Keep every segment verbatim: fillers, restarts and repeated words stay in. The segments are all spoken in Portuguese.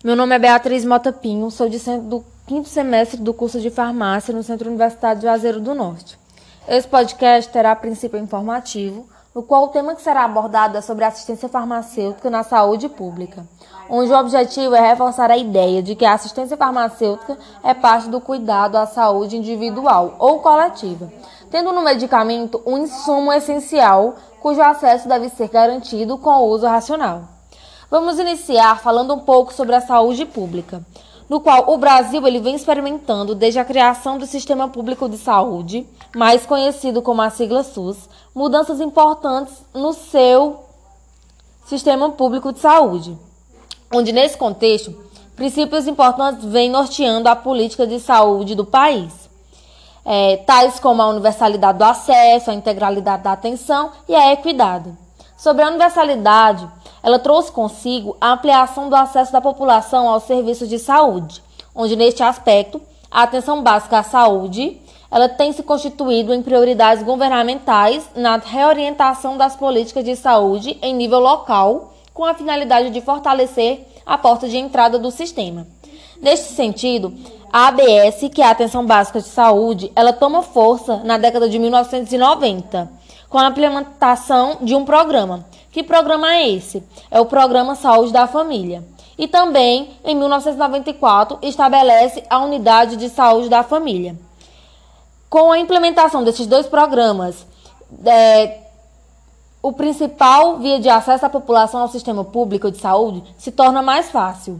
Meu nome é Beatriz Mota Pinho, sou discente do quinto semestre do curso de farmácia no Centro Universitário de Juazeiro do Norte. Esse podcast terá princípio informativo, no qual o tema que será abordado é sobre assistência farmacêutica na saúde pública, onde o objetivo é reforçar a ideia de que a assistência farmacêutica é parte do cuidado à saúde individual ou coletiva, tendo no medicamento um insumo essencial cujo acesso deve ser garantido com o uso racional. Vamos iniciar falando um pouco sobre a saúde pública, no qual o Brasil ele vem experimentando desde a criação do Sistema Público de Saúde, mais conhecido como a sigla SUS, mudanças importantes no seu Sistema Público de Saúde, onde nesse contexto, princípios importantes vêm norteando a política de saúde do país, é, tais como a universalidade do acesso, a integralidade da atenção e a equidade. Sobre a universalidade, ela trouxe consigo a ampliação do acesso da população aos serviços de saúde, onde neste aspecto, a atenção básica à saúde, ela tem se constituído em prioridades governamentais na reorientação das políticas de saúde em nível local, com a finalidade de fortalecer a porta de entrada do sistema. Neste sentido, a A B S, que é a Atenção Básica de Saúde, ela toma força na década de mil novecentos e noventa, com a implementação de um programa. Que programa é esse? É o Programa Saúde da Família. E também, em mil novecentos e noventa e quatro, estabelece a Unidade de Saúde da Família. Com a implementação desses dois programas, é, o principal via de acesso da população ao sistema público de saúde se torna mais fácil.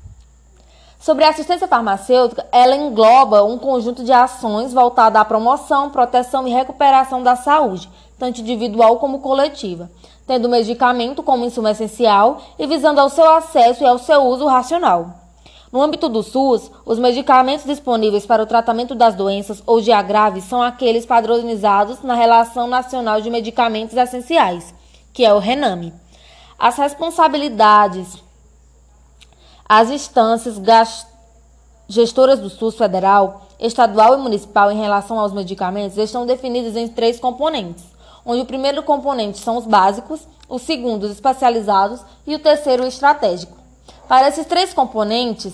Sobre a assistência farmacêutica, ela engloba um conjunto de ações voltada à promoção, proteção e recuperação da saúde, tanto individual como coletiva, tendo o medicamento como insumo essencial e visando ao seu acesso e ao seu uso racional. No âmbito do SUS, os medicamentos disponíveis para o tratamento das doenças ou de agraves são aqueles padronizados na Relação Nacional de Medicamentos Essenciais, que é o RENAME. As responsabilidades, as instâncias gestoras do SUS federal, estadual e municipal em relação aos medicamentos estão definidas em três componentes, onde o primeiro componente são os básicos, o segundo os especializados e o terceiro o estratégico. Para esses três componentes,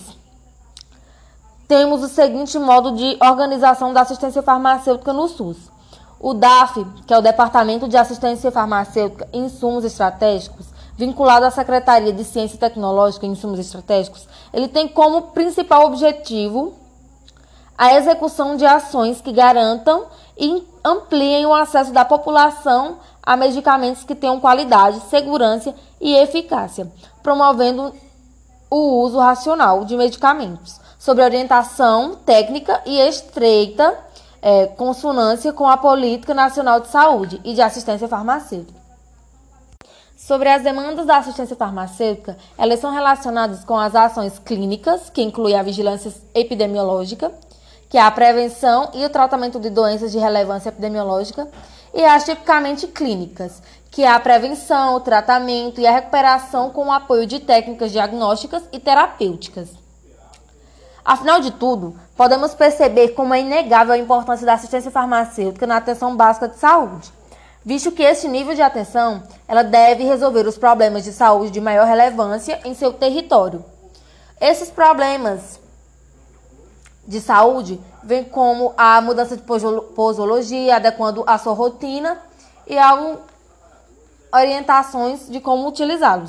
temos o seguinte modo de organização da assistência farmacêutica no SUS. O D A F, que é o Departamento de Assistência Farmacêutica e Insumos Estratégicos, vinculado à Secretaria de Ciência Tecnológica e Insumos Estratégicos, ele tem como principal objetivo a execução de ações que garantam e ampliem o acesso da população a medicamentos que tenham qualidade, segurança e eficácia, promovendo o uso racional de medicamentos, sob orientação técnica e estreita é, consonância com a Política Nacional de Saúde e de Assistência Farmacêutica. Sobre as demandas da assistência farmacêutica, elas são relacionadas com as ações clínicas, que inclui a vigilância epidemiológica, que é a prevenção e o tratamento de doenças de relevância epidemiológica, e as tipicamente clínicas, que é a prevenção, o tratamento e a recuperação com o apoio de técnicas diagnósticas e terapêuticas. Afinal de tudo, podemos perceber como é inegável a importância da assistência farmacêutica na atenção básica de saúde, visto que esse nível de atenção ela deve resolver os problemas de saúde de maior relevância em seu território. Esses problemas de saúde vêm como a mudança de posologia, adequando a sua rotina e a orientações de como utilizá-los.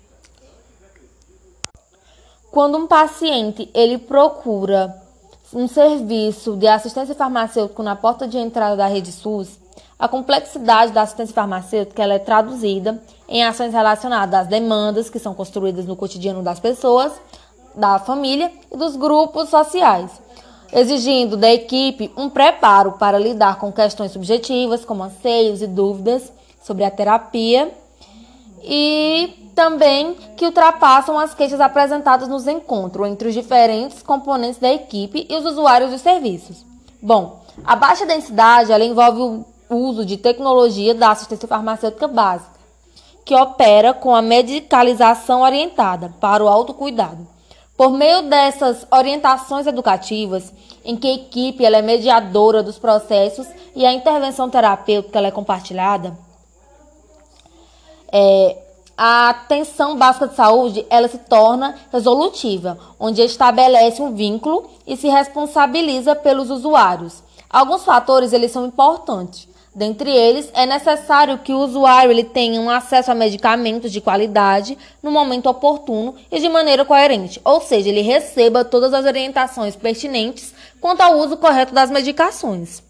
Quando um paciente ele procura um serviço de assistência farmacêutica na porta de entrada da rede SUS, a complexidade da assistência farmacêutica ela é traduzida em ações relacionadas às demandas que são construídas no cotidiano das pessoas, da família e dos grupos sociais, exigindo da equipe um preparo para lidar com questões subjetivas, como anseios e dúvidas sobre a terapia, e também que ultrapassam as queixas apresentadas nos encontros entre os diferentes componentes da equipe e os usuários dos serviços. Bom, a baixa densidade ela envolve o uso de tecnologia da assistência farmacêutica básica, que opera com a medicalização orientada para o autocuidado. Por meio dessas orientações educativas, em que a equipe ela é mediadora dos processos e a intervenção terapêutica ela é compartilhada, é, a atenção básica de saúde ela se torna resolutiva, onde estabelece um vínculo e se responsabiliza pelos usuários. Alguns fatores eles são importantes. Dentre eles, é necessário que o usuário ele tenha um acesso a medicamentos de qualidade no momento oportuno e de maneira coerente, ou seja, ele receba todas as orientações pertinentes quanto ao uso correto das medicações.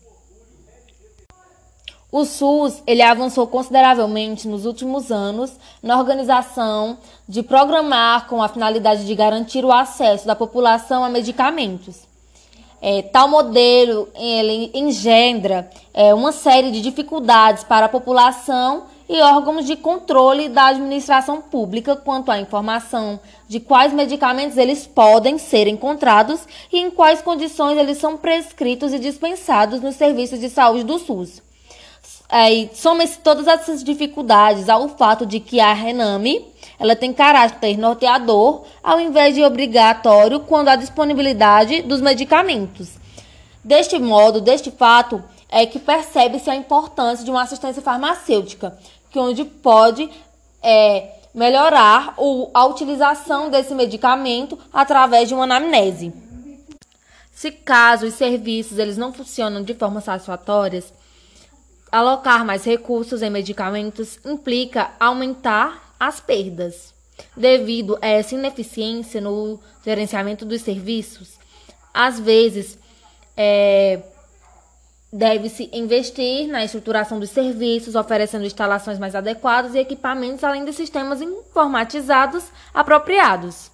O SUS ele avançou consideravelmente nos últimos anos na organização de programar com a finalidade de garantir o acesso da população a medicamentos. É, tal modelo ele engendra é, uma série de dificuldades para a população e órgãos de controle da administração pública quanto à informação de quais medicamentos eles podem ser encontrados e em quais condições eles são prescritos e dispensados nos serviços de saúde do SUS. É, Soma-se todas essas dificuldades ao fato de que a RENAME ela tem caráter norteador, ao invés de obrigatório quando há disponibilidade dos medicamentos. Deste modo, deste fato, é que percebe-se a importância de uma assistência farmacêutica, que onde pode é, melhorar o, a utilização desse medicamento através de uma anamnese. Se caso os serviços eles não funcionam de forma satisfatória, alocar mais recursos em medicamentos implica aumentar as perdas. Devido a essa ineficiência no gerenciamento dos serviços, às vezes é, deve-se investir na estruturação dos serviços, oferecendo instalações mais adequadas e equipamentos, além de sistemas informatizados apropriados.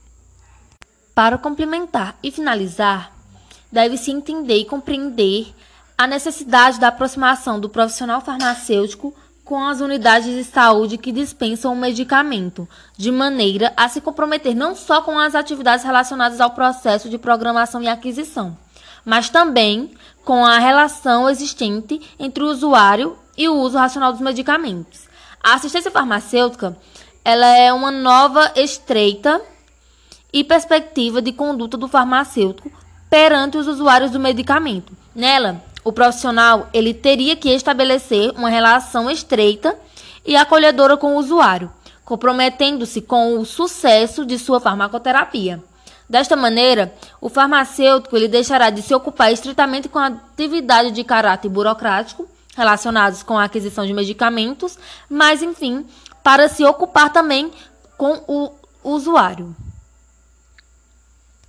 Para complementar e finalizar, deve-se entender e compreender a necessidade da aproximação do profissional farmacêutico com as unidades de saúde que dispensam o medicamento, de maneira a se comprometer não só com as atividades relacionadas ao processo de programação e aquisição, mas também com a relação existente entre o usuário e o uso racional dos medicamentos. A assistência farmacêutica ela é uma nova estreita e perspectiva de conduta do farmacêutico perante os usuários do medicamento. Nela, o profissional ele teria que estabelecer uma relação estreita e acolhedora com o usuário, comprometendo-se com o sucesso de sua farmacoterapia. Desta maneira, o farmacêutico ele deixará de se ocupar estritamente com a atividade de caráter burocrático relacionados com a aquisição de medicamentos, mas, enfim, para se ocupar também com o usuário.